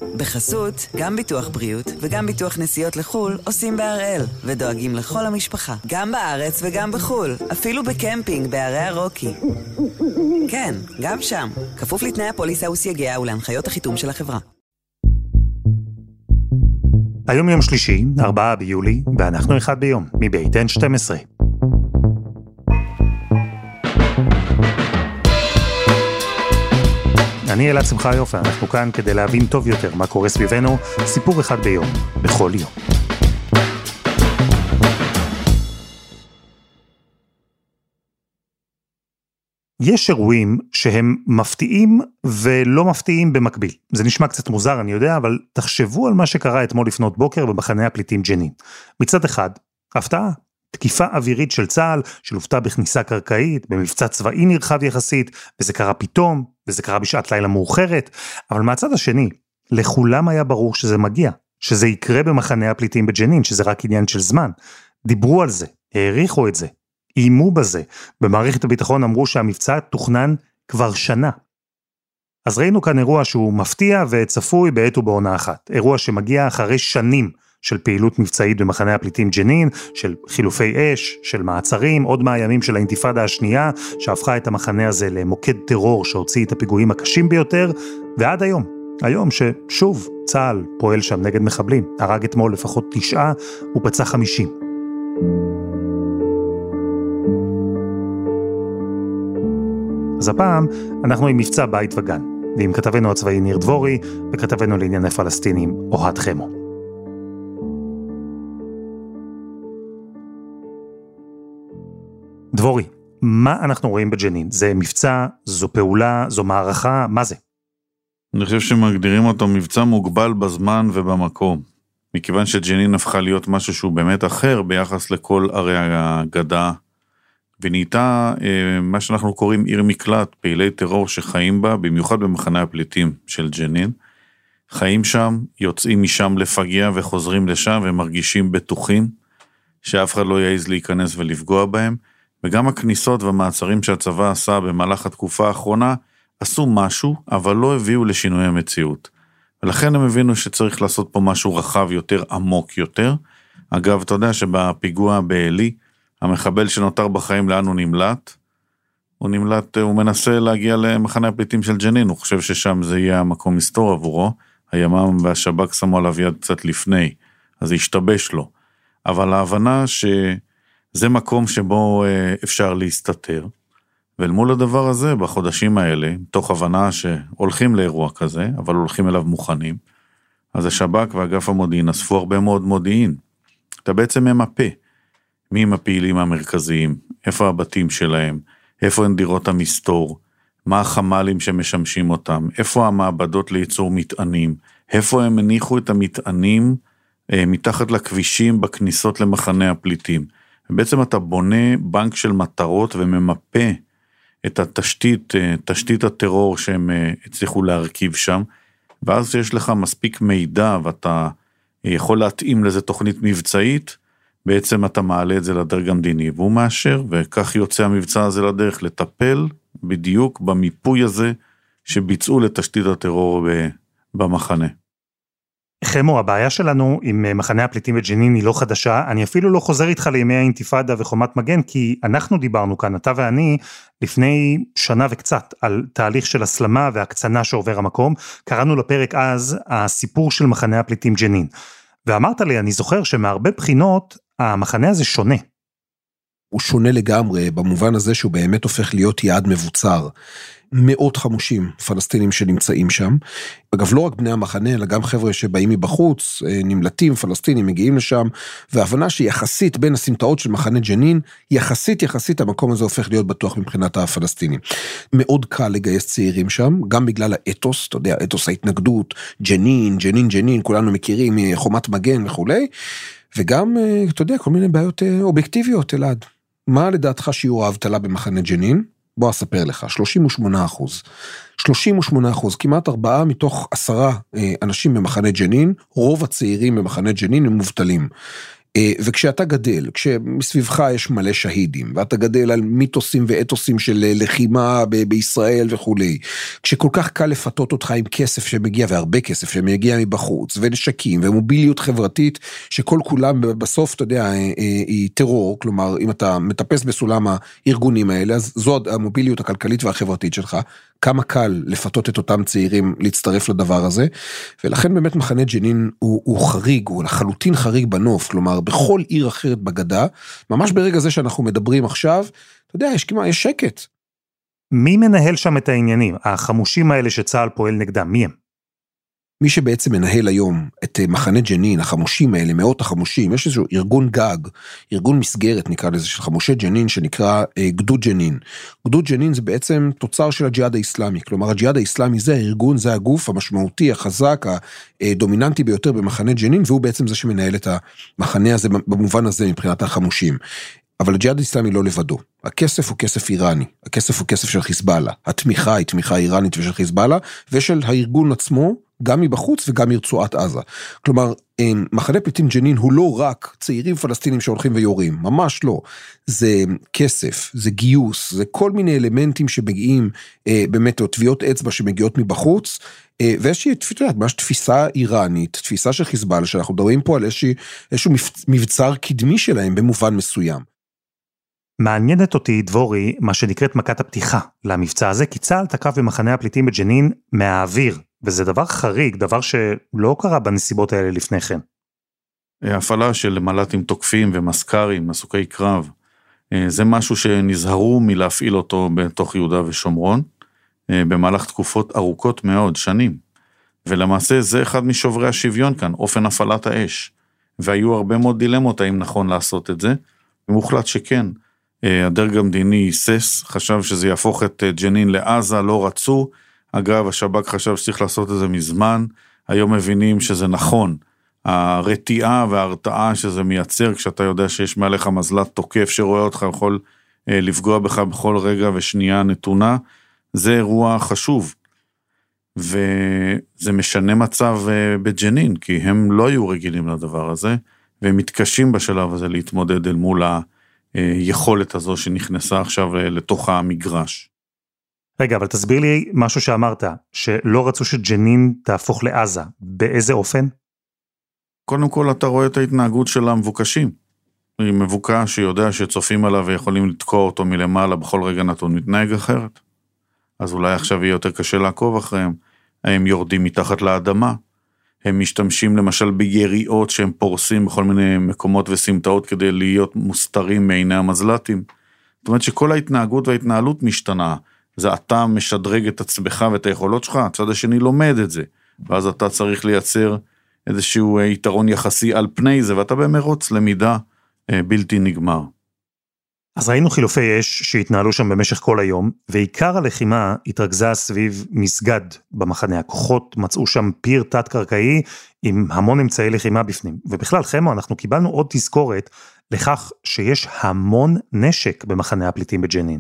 בחסות, גם ביטוח בריאות וגם ביטוח נסיעות לחול עושים בהראל, ודואגים לכל המשפחה, גם בארץ וגם בחול, אפילו בקמפינג בערי הרוקי. כן, גם שם, כפוף לתנאי הפוליסה וסייגיה ולהנחיות החיתום של החברה. היום יום שלישי, 4 ביולי, ואנחנו אחד ביום, מבית N12. אני אלעד שמחה יופי, אנחנו כאן כדי להבין טוב יותר מה קורה סביבנו, סיפור אחד ביום, בכל יום. יש אירועים שהם מפתיעים ולא מפתיעים במקביל. זה נשמע קצת מוזר, אני יודע, אבל תחשבו על מה שקרה אתמול לפנות בוקר במחנה הפליטים ג'נין. מצד אחד, הפתעה. תקיפה אווירית של צה"ל, שלופתה בכניסה קרקעית, במבצע צבאי נרחב יחסית, וזה קרה פתאום, וזה קרה בשעת לילה מאוחרת, אבל מהצד השני, לכולם היה ברור שזה מגיע, שזה יקרה במחנה הפליטים בג'נין, שזה רק עניין של זמן. דיברו על זה, העריכו את זה, איימו בזה, במערכת הביטחון אמרו שהמבצע תוכנן כבר שנה. אז ראינו כאן אירוע שהוא מפתיע וצפוי בעת ובעונה אחת, אירוע שמגיע אחרי שנים, של פעילות מבצעית במחנה הפליטים ג'נין, של חילופי אש, של מעצרים, עוד מהימים של האינתיפאדה השנייה, שהפכה את המחנה הזה למוקד טרור שהוציא את הפיגועים הקשים ביותר, ועד היום, היום ששוב צה"ל פועל שם נגד מחבלים, הרג אתמול לפחות 9 ופצע 50. אז הפעם אנחנו עם מבצע בית וגן, ועם כתבנו הצבאי ניר דבורי, וכתבנו לענייני פלסטינים אוהד חמו. דבורי, מה אנחנו רואים בג'נין? זה מבצע, זו פעולה, זו מערכה, מה זה? אני חושב שמגדירים אותו מבצע מוגבל בזמן ובמקום, מכיוון שג'נין הפכה להיות משהו שהוא באמת אחר ביחס לכל ערי הגדה, ונהייתה מה שאנחנו קוראים עיר מקלט, פעילי טרור שחיים בה, במיוחד במחנה הפליטים של ג'נין, חיים שם, יוצאים משם לפגיע וחוזרים לשם ומרגישים בטוחים, שאף אחד לא יעז להיכנס ולפגוע בהם, וגם הכניסות והמעצרים שהצבא עשה במהלך התקופה האחרונה, עשו משהו, אבל לא הביאו לשינוי המציאות. ולכן הם הבינו שצריך לעשות פה משהו רחב יותר, עמוק יותר. אגב, אתה יודע שבפיגוע באלי, המחבל שנותר בחיים לאן הוא נמלט? הוא מנסה להגיע למחנה הפליטים של ג'נין, הוא חושב ששם זה יהיה המקום מסתור עבורו, הימ"מ והשב"כ שמו עליו יד קצת לפני, אז זה השתבש לו. אבל ההבנה שזה מקום שבו אפשר להסתתר, ואל מול הדבר הזה, בחודשים האלה, תוך הבנה שהולכים לאירוע כזה, אבל הולכים אליו מוכנים, אז השב"כ ואגף המודיעין אספו הרבה מאוד מודיעין. אתה בעצם ממפה מי הם הפעילים המרכזיים, איפה הבתים שלהם, איפה הן דירות המסתור, מה החמלים שמשמשים אותם, איפה המעבדות לייצור מטענים, איפה הם הניחו את המטענים מתחת לכבישים בכניסות למחנה הפליטים. ובעצם אתה בונה בנק של מטרות וממפה את תשתית הטרור שהם הצליחו להרכיב שם, ואז יש לך מספיק מידע ואתה יכול להתאים לזה תוכנית מבצעית, בעצם אתה מעלה את זה לדרג המדיני, והוא מאשר, וכך יוצא המבצע הזה לדרך לטפל בדיוק במיפוי הזה שביצעו לתשתית הטרור במחנה. חמו, הבעיה שלנו עם מחנה הפליטים בג'נין היא לא חדשה, אני אפילו לא חוזר איתך לימי האינתיפאדה וחומת מגן, כי אנחנו דיברנו כאן, אתה ואני, לפני שנה וקצת, על תהליך של הסלמה והקצנה שעובר המקום, קראנו לפרק אז, הסיפור של מחנה הפליטים ג'נין, ואמרת לי, אני זוכר שמהרבה בחינות, המחנה הזה שונה. הוא שונה לגמרי, במובן הזה שהוא באמת הופך להיות יעד מבוצר. מאות חמושים פלסטינים שנמצאים שם. אגב, לא רק בני המחנה, אלא גם חבר'ה שבאים מבחוץ, נמלטים, פלסטינים, מגיעים לשם, והבנה שיחסית בין הסמטאות של מחנה ג'נין, יחסית המקום הזה הופך להיות בטוח מבחינת הפלסטינים. מאוד קל לגייס צעירים שם, גם בגלל האתוס, אתה יודע, אתוס ההתנגדות, ג'נין, כולנו מכירים, חומת מגן וכו'. וגם, אתה יודע, כל מיני בעיות אובייקטיביות, אלעד. מה לדעתך שיעור האבטלה במחנה ג'נין? בוא אספר לך, 38%, כמעט 4 מתוך 10 אנשים במחנה ג'נין, רוב הצעירים במחנה ג'נין הם מובטלים. וכשאתה גדל, כשמסביבך יש מלא שהידים, ואתה גדל על מיתוסים ואתוסים של לחימה בישראל וכולי, כשכל כך קל לפתות אותך עם כסף שמגיע, והרבה כסף שמגיע מבחוץ, ונשקים, ומוביליות חברתית, שכל כולם בסוף, אתה יודע, היא טרור, כלומר, אם אתה מטפס בסולם הארגונים האלה, אז זו המוביליות הכלכלית והחברתית שלך, כמה קל לפתות את אותם צעירים להצטרף לדבר הזה, ולכן באמת מחנה ג'נין הוא חריג, הוא לחלוטין חריג בנוף, כלומר בכל עיר אחרת בגדה, ממש ברגע זה שאנחנו מדברים עכשיו, אתה יודע, יש שקט. מי מנהל שם את העניינים? החמושים האלה שצהל פועל נגדם, מי הם? מי שבעצם מנהל היום את מחנה ג'נין, החמושים האלה, מאות החמושים, יש איזשהו ארגון גג, ארגון מסגרת נקרא לזה, של חמושי ג'נין, שנקרא גדוד ג'נין. גדוד ג'נין זה בעצם תוצר של הג'יהאד האסלאמי, כלומר הג'יהאד האסלאמי זה הארגון, זה הגוף המשמעותי, החזק, הדומיננטי ביותר במחנה ג'נין, והוא בעצם זה שמנהל את המחנה הזה, במובן הזה מבחינת החמושים. אבל הג'יהאד האסלאמי לא לבדו. הכסף הוא כסף איראני, הכסף הוא כסף של חיזבאללה, התמיכה היא תמיכה איראנית ושל חיזבאללה, ושל הארגון עצמו, גם מבחוץ וגם מרצועת עזה. כלומר, מחנה פליטים ג'נין הוא לא רק צעירים פלסטינים שהולכים ויורים, ממש לא. זה כסף, זה גיוס, זה כל מיני אלמנטים שמגיעים, באמת, או טביעות אצבע שמגיעות מבחוץ, ויש תפיסה איראנית, תפיסה של חיזבאללה, שאנחנו מדברים פה על איזשהו מבצר קדמי שלהם במובן מסוים. מעניינת אותי, דבורי, מה שנקראת מכת הפתיחה למבצע הזה, כי צה"ל תקף במחנה הפליטים בג'נין מהאוויר, וזה דבר חריג, דבר שלא קרה בנסיבות האלה לפני כן. הפעלה של מל"טים תוקפים ומסקרים, מסוקי קרב, זה משהו שנזהרו מלהפעיל אותו בתוך יהודה ושומרון, במהלך תקופות ארוכות מאוד, שנים. ולמעשה זה אחד משוברי השוויון כאן, אופן הפעלת האש. והיו הרבה מאוד דילמות האם נכון לעשות את זה, ומוחלט שכן. הדרג המדיני היסס, חשב שזה יהפוך את ג'נין לעזה, לא רצו. אגב, השב"כ חשב שצריך לעשות את זה מזמן. היום מבינים שזה נכון. הרתיעה וההרתעה שזה מייצר, כשאתה יודע שיש מעליך מזל"ט תוקף שרואה אותך, יכול לפגוע בך בכל רגע ושנייה נתונה, זה אירוע חשוב. וזה משנה מצב בג'נין, כי הם לא היו רגילים לדבר הזה, והם מתקשים בשלב הזה להתמודד אל מול היכולת הזו שנכנסה עכשיו לתוך המגרש. רגע, אבל תסביר לי משהו שאמרת, שלא רצו שג'נין תהפוך לעזה. באיזה אופן? קודם כל אתה רואה את ההתנהגות של המבוקשים. היא מבוקש שיודע שצופים עליו ויכולים לתקוע אותו מלמעלה בכל רגע נתון, מתנהג אחרת. אז אולי עכשיו יהיה יותר קשה לעקוב אחריהם. הם יורדים מתחת לאדמה. הם משתמשים למשל ביריעות שהם פורסים בכל מיני מקומות וסמטאות כדי להיות מוסתרים מעיני המזל"טים. זאת אומרת שכל ההתנהגות וההתנהלות משתנה. זה אתה משדרג את עצמך ואת היכולות שלך, הצד השני לומד את זה. ואז אתה צריך לייצר איזשהו יתרון יחסי על פני זה, ואתה במרוץ למידה בלתי נגמר. אז ראינו חילופי אש שהתנהלו שם במשך כל היום, ועיקר הלחימה התרכזה סביב מסגד במחנה. הכוחות מצאו שם פיר תת-קרקעי עם המון אמצעי לחימה בפנים. ובכלל, חמו, אנחנו קיבלנו עוד תזכורת לכך שיש המון נשק במחנה הפליטים בג'נין.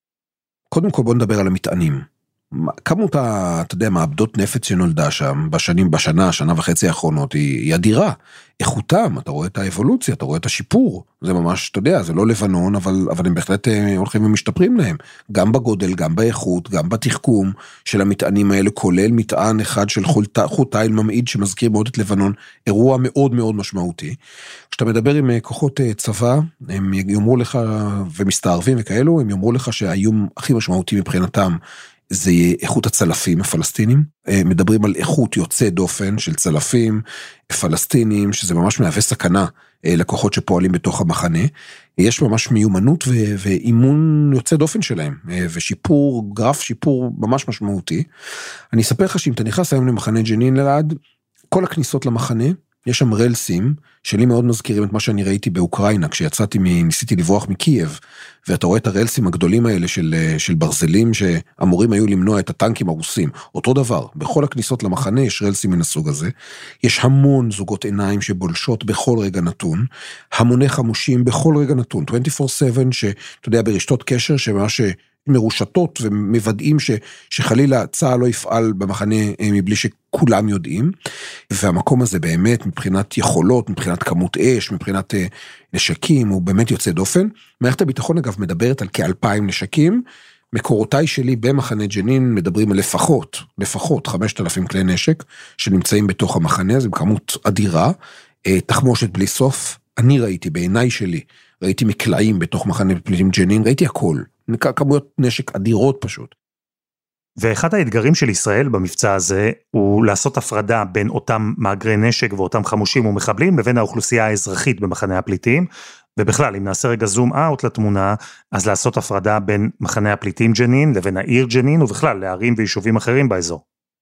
קודם כל בוא נדבר על המטענים. כמות, אתה יודע, מעבדות נפץ שנולדה שם שנה וחצי האחרונות היא אדירה. איכותם, אתה רואה את האבולוציה, אתה רואה את השיפור. זה ממש, אתה יודע, זה לא לבנון, אבל הם בהחלט הולכים ומשתפרים להם. גם בגודל, גם באיכות, גם בתחכום של המטענים האלה, כולל מטען אחד של חוט תיל ממעיד שמזכיר מאוד את לבנון, אירוע מאוד מאוד משמעותי. כשאתה מדבר עם כוחות צבא, הם יאמרו לך, ומסתערבים וכאלו, הם יאמרו לך שהאיום הכי משמעותי מבחינתם, זה איכות הצלפים הפלסטינים, מדברים על איכות יוצא דופן של צלפים פלסטינים, שזה ממש מהווה סכנה לכוחות שפועלים בתוך המחנה, יש ממש מיומנות ואימון יוצא דופן שלהם, ושיפור, גרף שיפור ממש משמעותי. אני אספר לך שאם אתה נכנס היום למחנה ג'נין ללעד, כל הכניסות למחנה, יש שם רלסים, שלי מאוד מזכירים את מה שאני ראיתי באוקראינה, ניסיתי לברוח מקייב, ואתה רואה את הרלסים הגדולים האלה של ברזלים, שאמורים היו למנוע את הטנקים הרוסים. אותו דבר, בכל הכניסות למחנה יש רלסים מן הסוג הזה, יש המון זוגות עיניים שבולשות בכל רגע נתון, המוני חמושים בכל רגע נתון, 24/7, שאתה יודע, ברשתות קשר, שממש מרושתות ומוודאים שחלילה צה"ל לא יפעל במחנה מבלי שכולם יודעים. והמקום הזה באמת, מבחינת יכולות, מבחינת כמות אש, מבחינת נשקים, הוא באמת יוצא דופן. מערכת הביטחון אגב מדברת על כ-2,000 נשקים, מקורותיי שלי במחנה ג'נין מדברים על לפחות 5,000 כלי נשק, שנמצאים בתוך המחנה, זה כמות אדירה, תחמושת בלי סוף, אני ראיתי בעיניי שלי, ראיתי מקלעים בתוך מחנה פליטים ג'נין, ראיתי הכל, כמויות נשק אדירות פשוט. ואחד האתגרים של ישראל במבצע הזה, הוא לעשות הפרדה בין אותם מאגרי נשק ואותם חמושים ומחבלים, לבין האוכלוסייה האזרחית במחנה הפליטים, ובכלל, אם נעשה רגע זום אאוט לתמונה, אז לעשות הפרדה בין מחנה הפליטים ג'נין, לבין העיר ג'נין, ובכלל, לערים ויישובים אחרים באזור.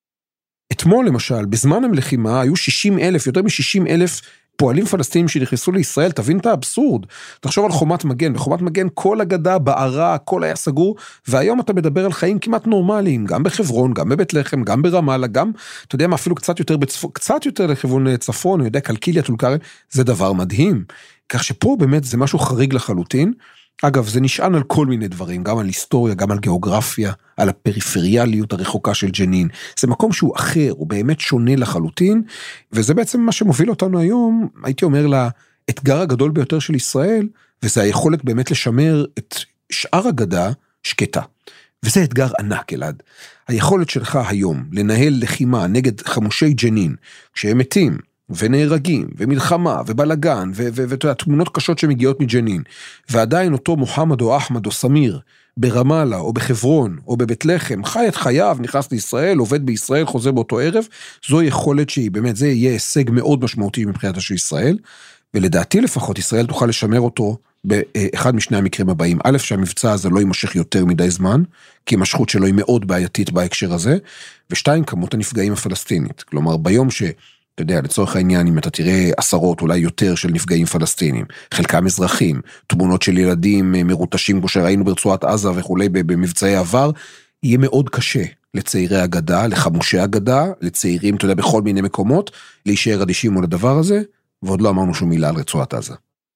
אתמול למשל, בזמן המלחימה, היו 60,000, יותר מ-60,000 פועלים פלסטינים שנכנסו לישראל, תבין את האבסורד, תחשוב על חומת מגן, בחומת מגן כל הגדה בערה, הכל היה סגור, והיום אתה מדבר על חיים כמעט נורמליים, גם בחברון, גם בבית לחם, גם ברמאללה, גם, אתה יודע מה, אפילו קצת יותר לכיוון צפון, אני יודע, קלקיליה, טול כרם, זה דבר מדהים, כך שפה באמת זה משהו חריג לחלוטין, אגב, זה נשען על כל מיני דברים, גם על היסטוריה, גם על גיאוגרפיה, על הפריפריאליות הרחוקה של ג'נין. זה מקום שהוא אחר, הוא באמת שונה לחלוטין, וזה בעצם מה שמוביל אותנו היום, הייתי אומר לאתגר הגדול ביותר של ישראל, וזה היכולת באמת לשמר את שאר הגדה שקטה. וזה אתגר ענק, אלעד. היכולת שלך היום לנהל לחימה נגד חמושי ג'נין, כשהם מתים, ונהרגים, ומלחמה, ובלגן, ותמונות קשות שמגיעות מג'נין, ועדיין אותו מוחמד או אחמד או סמיר, ברמאללה, או בחברון, או בבית לחם, חי את חייו, נכנס לישראל, עובד בישראל, חוזר באותו ערב, זו יכולת שהיא באמת, זה יהיה הישג מאוד משמעותי מבחינתה של ישראל, ולדעתי לפחות, ישראל תוכל לשמר אותו, באחד משני המקרים הבאים, א', שהמבצע הזה לא יימשך יותר מדי זמן, כי המשכות שלו היא מאוד בעייתית בהקשר הזה, ושתיים, כמות הנפגעים הפלסטינית, כלומר, ביום אתה יודע, לצורך העניין, אם אתה תראה עשרות, אולי יותר של נפגעים פלסטינים, חלקם אזרחים, תמונות של ילדים מרוטשים, כמו שראינו ברצועת עזה וכולי, במבצעי עבר, יהיה מאוד קשה לצעירי הגדה, לחמושי הגדה, לצעירים, אתה יודע, בכל מיני מקומות, להישאר אדישים מול הדבר הזה, ועוד לא אמרנו שום מילה על רצועת עזה.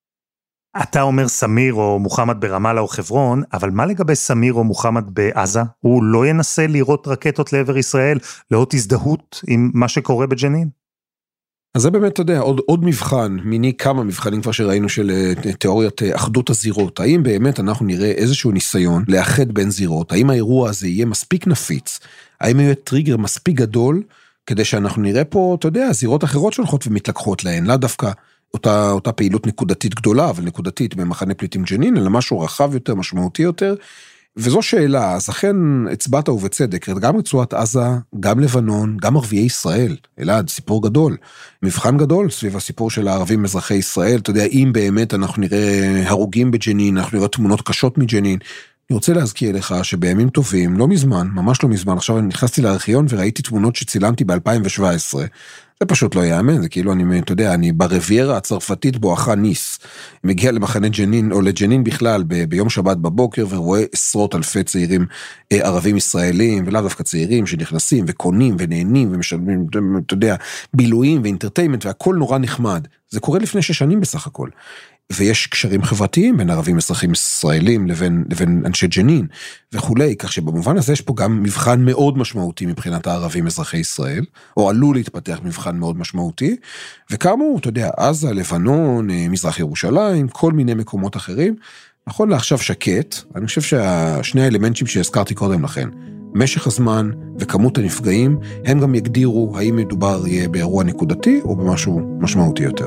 אתה אומר סמיר או מוחמד ברמאללה או חברון, אבל מה לגבי סמיר או מוחמד בעזה? הוא לא ינסה לירות רקטות לעבר ישראל, לאות הזדהות עם מה שקורה בג'נין? אז זה באמת, אתה יודע, עוד מבחן, מיני כמה מבחנים כבר שראינו של תיאוריית אחדות הזירות. האם באמת אנחנו נראה איזשהו ניסיון לאחד בין זירות? האם האירוע הזה יהיה מספיק נפיץ? האם יהיה טריגר מספיק גדול, כדי שאנחנו נראה פה, אתה יודע, זירות אחרות שהולכות ומתלקחות להן, לא דווקא אותה פעילות נקודתית גדולה, אבל נקודתית במחנה פליטים ג'נין, אלא משהו רחב יותר, משמעותי יותר, וזו שאלה, אז אכן הצבעת ובצדק, גם רצועת עזה, גם לבנון, גם ערביי ישראל, אלעד, סיפור גדול, מבחן גדול סביב הסיפור של הערבים אזרחי ישראל, אתה יודע, אם באמת אנחנו נראה הרוגים בג'נין, אנחנו נראה תמונות קשות מג'נין, אני רוצה להזכיר לך שבימים טובים, לא מזמן, ממש לא מזמן, עכשיו אני נכנסתי לארכיון וראיתי תמונות שצילמתי ב-2017, זה פשוט לא יאמן, זה כאילו אתה יודע, אני ברביירה הצרפתית בואכה ניס, מגיע למחנה ג'נין, או לג'נין בכלל, ביום שבת בבוקר, ורואה עשרות אלפי צעירים ערבים ישראלים, ולאו דווקא צעירים שנכנסים וקונים ונהנים, ומשלמים, אתה יודע, בילויים ואינטרטיימנט, והכל נורא נחמד. זה קורה לפני 6 שנים בסך הכל. ויש קשרים חברתיים בין ערבים אזרחים ישראלים לבין אנשי ג'נין וכולי, כך שבמובן הזה יש פה גם מבחן מאוד משמעותי מבחינת הערבים אזרחי ישראל, או עלול להתפתח מבחן מאוד משמעותי, וכאמור, אתה יודע, עזה, לבנון, מזרח ירושלים, כל מיני מקומות אחרים, נכון לעכשיו שקט, אני חושב שהשני האלמנטים שהזכרתי קודם לכן, משך הזמן וכמות הנפגעים, הם גם יגדירו האם מדובר יהיה באירוע נקודתי או במשהו משמעותי יותר.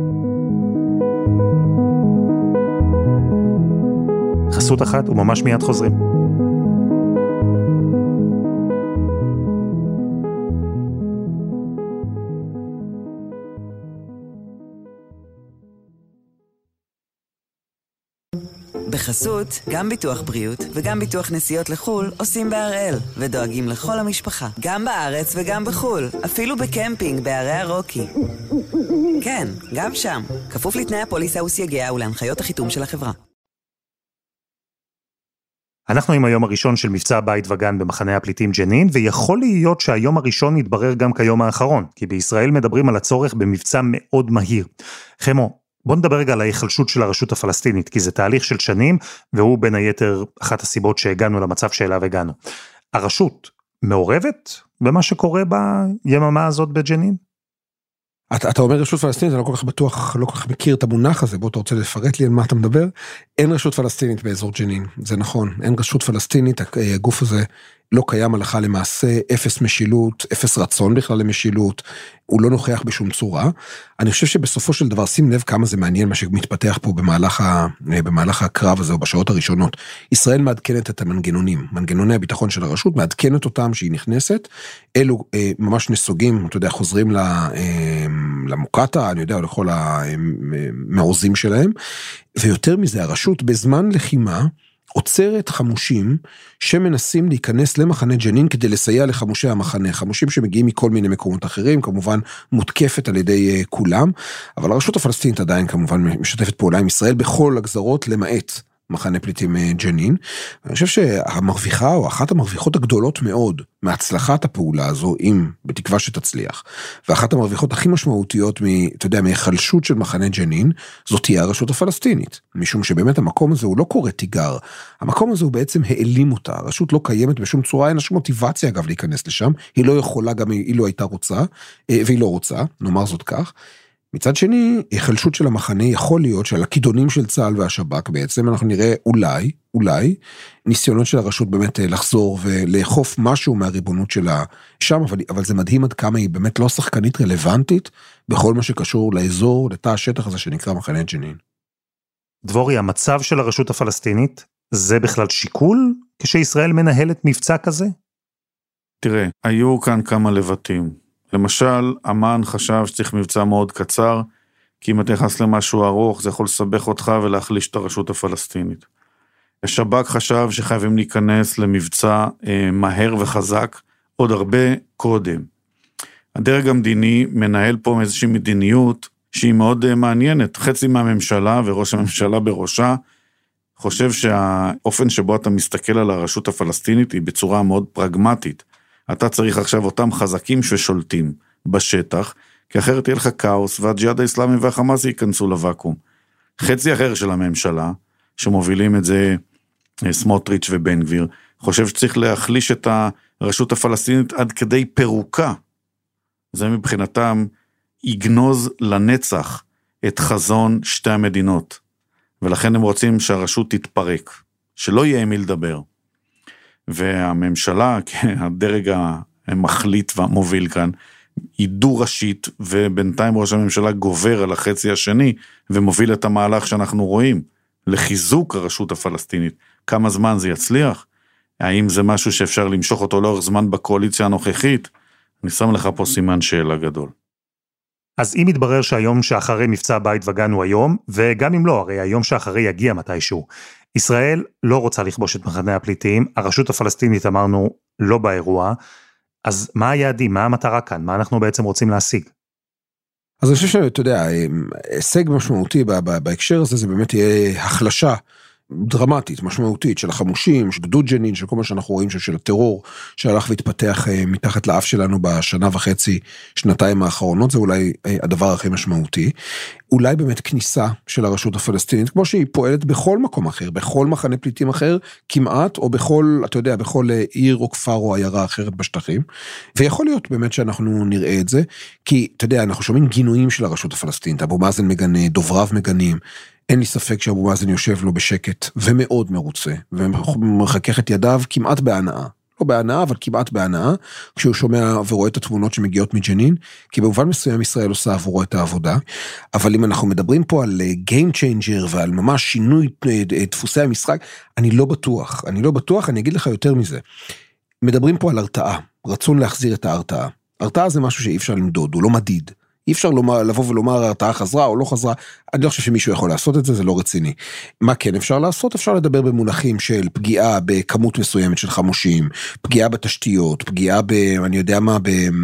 חסות אחת וממש מיד חוזרים. בחסות, גם ביטוח בריאות וגם ביטוח נסיעות לחול עושים בהראל ודואגים לכל המשפחה, גם בארץ וגם בחול, אפילו בקמפינג בערי הרוקי. כן, גם שם, כפוף לתנאי הפוליסה וסייגיה ולהנחיות החיתום של החברה. אנחנו עם היום הראשון של מבצע בית וגן במחנה הפליטים ג'נין, ויכול להיות שהיום הראשון יתברר גם כיום האחרון, כי בישראל מדברים על הצורך במבצע מאוד מהיר. חמו, בוא נדבר רגע על ההיחלשות של הרשות הפלסטינית, כי זה תהליך של שנים, והוא בין היתר אחת הסיבות שהגענו למצב שאליו הגענו. הרשות מעורבת במה שקורה ביממה הזאת בג'נין? אתה אומר רשות פלסטינית, אני לא כל כך בטוח, לא כל כך מכיר את המונח הזה, בוא אתה רוצה לפרט לי על מה אתה מדבר, אין רשות פלסטינית באזור ג'נין, זה נכון, אין רשות פלסטינית, הגוף הזה לא קיים הלכה למעשה, אפס משילות, אפס רצון בכלל למשילות, הוא לא נוכח בשום צורה. אני חושב שבסופו של דבר, שים לב כמה זה מעניין מה שמתפתח פה במהלך הקרב הזה, או בשעות הראשונות. ישראל מעדכנת את המנגנונים, מנגנוני הביטחון של הרשות, מעדכנת אותם שהיא נכנסת, אלו ממש נסוגים, אתה יודע, חוזרים למוקטה, אני יודע, לכל המעוזים שלהם, ויותר מזה, הרשות בזמן לחימה, עוצרת חמושים שמנסים להיכנס למחנה ג'נין כדי לסייע לחמושי המחנה, חמושים שמגיעים מכל מיני מקומות אחרים, כמובן מותקפת על ידי כולם, אבל הרשות הפלסטינית עדיין כמובן משתפת פעולה עם ישראל בכל הגזרות למעט מחנה פליטים ג'נין. אני חושב שהמרוויחה או אחת המרוויחות הגדולות מאוד מהצלחת הפעולה הזו, אם בתקווה שתצליח, ואחת המרוויחות הכי משמעותיות אתה יודע, מהחלשות של מחנה ג'נין, זאת תהיה הרשות הפלסטינית, משום שבאמת המקום הזה הוא לא קורא תיגר, המקום הזה הוא בעצם העלים אותה, הרשות לא קיימת בשום צורה, אין לה שום מוטיבציה אגב להיכנס לשם, היא לא יכולה גם היא לא הייתה רוצה, והיא לא רוצה, נאמר זאת כך, מצד שני, החלשות של המחנה יכול להיות שעל הכידונים של צה"ל והשב"כ בעצם אנחנו נראה אולי, ניסיונות של הרשות באמת לחזור ולאכוף משהו מהריבונות שלה שם, אבל זה מדהים עד כמה היא באמת לא שחקנית רלוונטית בכל מה שקשור לאזור, לתא השטח הזה שנקרא מחנה ג'נין. דבורי, המצב של הרשות הפלסטינית, זה בכלל שיקול כשישראל מנהלת מבצע כזה? תראה, היו כאן כמה לבטים. למשל, אמן חשב שצריך מבצע מאוד קצר, כי אם אתה נכנס למשהו ארוך, זה יכול לסבך אותך ולהחליש את הרשות הפלסטינית. השב"כ חשב שחייבים להיכנס למבצע מהר וחזק, עוד הרבה קודם. הדרג המדיני מנהל פה איזושהי מדיניות שהיא מאוד מעניינת. חצי מהממשלה וראש הממשלה בראשה, חושב שהאופן שבו אתה מסתכל על הרשות הפלסטינית היא בצורה מאוד פרגמטית. אתה צריך עכשיו אותם חזקים ששולטים בשטח, כי אחרת יהיה לך כאוס, והג'יהאד האסלאמי והחמאס ייכנסו לוואקום. חצי אחר של הממשלה, שמובילים את זה סמוטריץ' ובן גביר, חושב שצריך להחליש את הרשות הפלסטינית עד כדי פירוקה. זה מבחינתם יגנוז לנצח את חזון שתי המדינות, ולכן הם רוצים שהרשות תתפרק, שלא יהיה מי לדבר. והממשלה, הדרג המחליט והמוביל כאן, היא דו-ראשית, ובינתיים ראש הממשלה גובר על החצי השני, ומוביל את המהלך שאנחנו רואים, לחיזוק הרשות הפלסטינית. כמה זמן זה יצליח? האם זה משהו שאפשר למשוך אותו לאורך זמן בקואליציה הנוכחית? אני שם לך פה סימן שאלה גדול. אז אם יתברר שהיום שאחרי מבצע בית וגן הוא היום, וגם אם לא, הרי היום שאחרי יגיע מתישהו, ישראל לא רוצה לכבוש את מחנה הפליטים, הרשות הפלסטינית אמרנו לא באירוע, אז מה היעדים, מה המטרה כאן, מה אנחנו בעצם רוצים להשיג? אז אני חושב שאתה יודע, הישג משמעותי בהקשר הזה, זה באמת יהיה החלשה דרמטית, משמעותית, של החמושים, של גדוד ג'נין, של כל מה שאנחנו רואים של הטרור, שהלך והתפתח מתחת לאף שלנו בשנה וחצי, שנתיים האחרונות, זה אולי הדבר הכי משמעותי. אולי באמת כניסה של הרשות הפלסטינית, כמו שהיא פועלת בכל מקום אחר, בכל מחנה פליטים אחר, כמעט, או בכל, אתה יודע, בכל עיר או כפר או עיירה אחרת בשטחים, ויכול להיות באמת שאנחנו נראה את זה, כי, אתה יודע, אנחנו שומעים גינויים של הרשות הפלסטינית, אבו מאזן מגנה, דובריו מגנים, אין לי ספק שאבו מאזן יושב לו בשקט, ומאוד מרוצה, ומחכך את ידיו כמעט בהנאה, לא בהנאה, אבל כמעט בהנאה, כשהוא שומע ורואה את התמונות שמגיעות מג'נין, כי במובן מסוים ישראל עושה עבורו את העבודה, אבל אם אנחנו מדברים פה על game changer, ועל ממש שינוי דפוסי המשחק, אני לא בטוח, אני אגיד לך יותר מזה, מדברים פה על הרתעה, רצון להחזיר את ההרתעה, הרתעה זה משהו שאי אפשר למדוד, הוא לא מדיד, אי אפשר לבוא ולומר הרתעה חזרה או לא חזרה, אני לא חושב שמישהו יכול לעשות את זה, זה לא רציני. מה כן אפשר לעשות? אפשר לדבר במונחים של פגיעה בכמות מסוימת של חמושים, פגיעה בתשתיות, פגיעה אני יודע מה,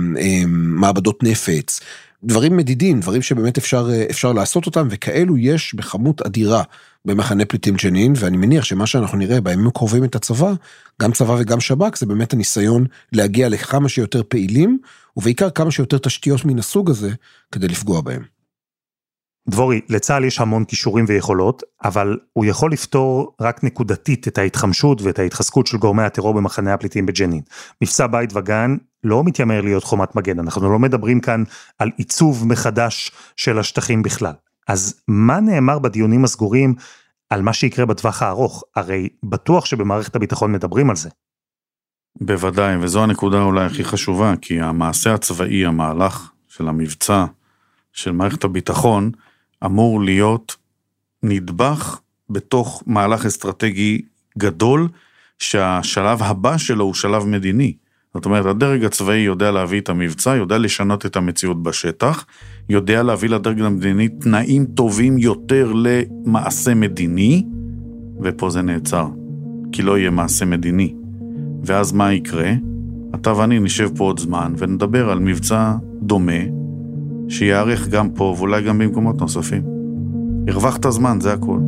במעבדות נפץ, דברים מדידים, דברים שבאמת אפשר לעשות אותם, וכאלו יש בכמות אדירה במחנה פליטים ג'נין, ואני מניח שמה שאנחנו נראה בימים הקרובים את הצבא, גם צבא וגם שב"כ, זה באמת הניסיון להגיע לכמה שיותר פעילים, ובעיקר כמה שיותר תשתיות מן הסוג הזה, כדי לפגוע בהם. דבורי, לצה"ל יש המון כישורים ויכולות, אבל הוא יכול לפתור רק נקודתית את ההתחמשות ואת ההתחזקות של גורמי הטרור במחנה הפליטים בג'נין. מבצע בית וגן לא מתיימר להיות חומת מגן, אנחנו לא מדברים כאן על עיצוב מחדש של השטחים בכלל. אז מה נאמר בדיונים הסגורים על מה שיקרה בטווח הארוך? הרי בטוח שבמערכת הביטחון מדברים על זה. בוודאי, וזו הנקודה אולי הכי חשובה, כי המעשה הצבאי, המהלך של המבצע של מערכת הביטחון, אמור להיות נדבך בתוך מהלך אסטרטגי גדול, שהשלב הבא שלו הוא שלב מדיני. זאת אומרת, הדרג הצבאי יודע להביא את המבצע, יודע לשנות את המציאות בשטח, יודע להביא לדרג המדיני תנאים טובים יותר למעשה מדיני, ופה זה נעצר, כי לא יהיה מעשה מדיני. ואז מה יקרה? אתה ואני נשב פה עוד זמן, ונדבר על מבצע דומה, שיערך גם פה, ואולי גם במקומות נוספים. הרווחת זמן, זה הכל.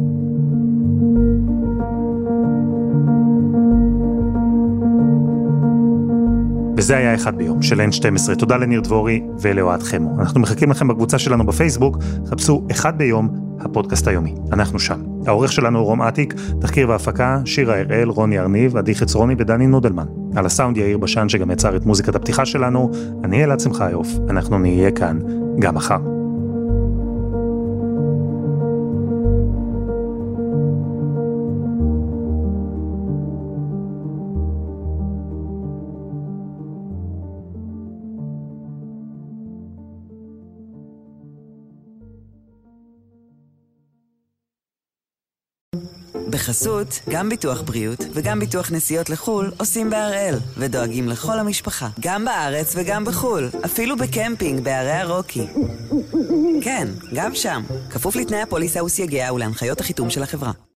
וזה היה אחד ביום של N12. תודה לניר דבורי ולאוהד חמו. אנחנו מחכים לכם בקבוצה שלנו בפייסבוק, חפשו אחד ביום, הפודקאסט היומי. אנחנו שם. העורך שלנו הוא רום עתיק, תחקיר והפקה, שירה הראל, רוני ארניב, עדי חצרוני ודני נודלמן. על הסאונד יאיר בשן שגם יצר את מוזיקת הפתיחה שלנו. אני אלעד שמחיוף, אנחנו נהיה כאן גם מחר. בחסות, גם ביטוח בריאות וגם ביטוח נסיעות לחול עושים בהראל ודואגים לכל המשפחה, גם בארץ וגם בחול, אפילו בקמפינג בערי הרוקי. כן, גם שם, כפוף לתנאי הפוליסה וסייגיה ולהנחיות החיתום של החברה.